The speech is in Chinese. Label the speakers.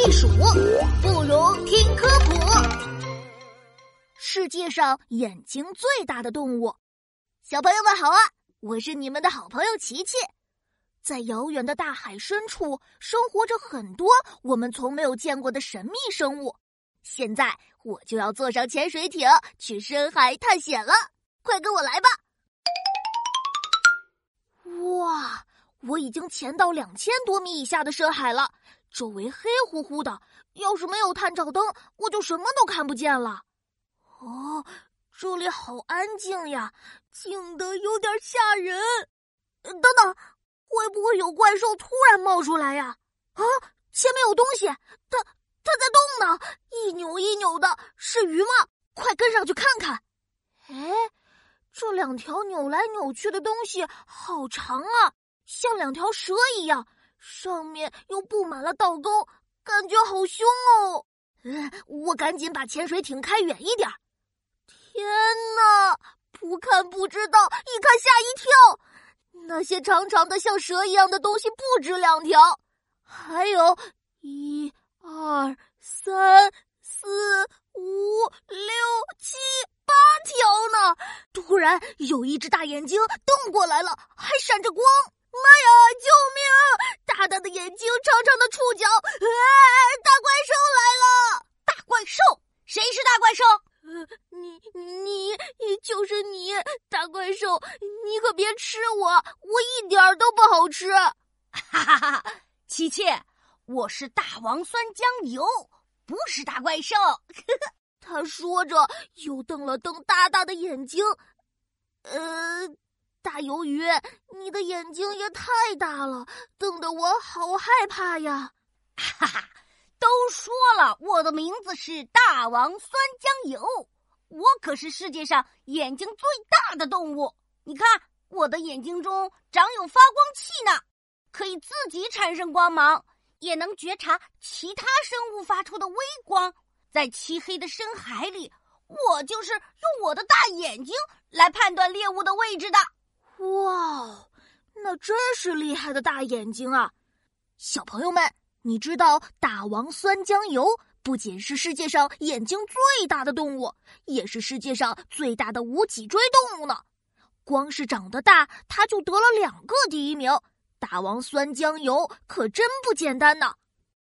Speaker 1: 避暑，不如听科普。世界上眼睛最大的动物，小朋友们好啊！我是你们的好朋友琪琪。在遥远的大海深处，生活着很多我们从没有见过的神秘生物。现在我就要坐上潜水艇去深海探险了，快跟我来吧！哇，我已经潜到2000多米以下的深海了，周围黑乎乎的，要是没有探照灯，我就什么都看不见了。哦，这里好安静呀，静得有点吓人。等等，会不会有怪兽突然冒出来呀？啊，前面有东西，它在动呢，一扭一扭的，是鱼吗？快跟上去看看。哎，这2条扭来扭去的东西好长啊，像2条蛇一样，上面又布满了倒钩，感觉好凶哦。我赶紧把潜水艇开远一点。天哪，不看不知道，一看吓一跳。那些长长的像蛇一样的东西不止2条，还有1、2、3、4、5、6、7、8条呢。突然有一只大眼睛瞪过来了，还闪着光。妈呀，救命！大大的眼睛，长长的触角，大怪兽来了！
Speaker 2: 大怪兽？谁是大怪兽？
Speaker 1: 你就是你，大怪兽，你可别吃我，我一点都不好吃。
Speaker 2: 哈哈哈！琪琪，我是大王酸浆油，不是大怪兽。
Speaker 1: 他说着，又瞪了瞪大大的眼睛。大鱿鱼，你的眼睛也太大了，瞪得我好害怕呀！
Speaker 2: 哈哈，都说了，我的名字是大王酸浆油，我可是世界上眼睛最大的动物。你看，我的眼睛中长有发光器呢，可以自己产生光芒，也能觉察其他生物发出的微光。在漆黑的深海里，我就是用我的大眼睛来判断猎物的位置的。
Speaker 1: 哇，那真是厉害的大眼睛啊！小朋友们，你知道大王酸浆油不仅是世界上眼睛最大的动物，也是世界上最大的无脊椎动物呢。光是长得大，它就得了2个第1名。大王酸浆油可真不简单呢。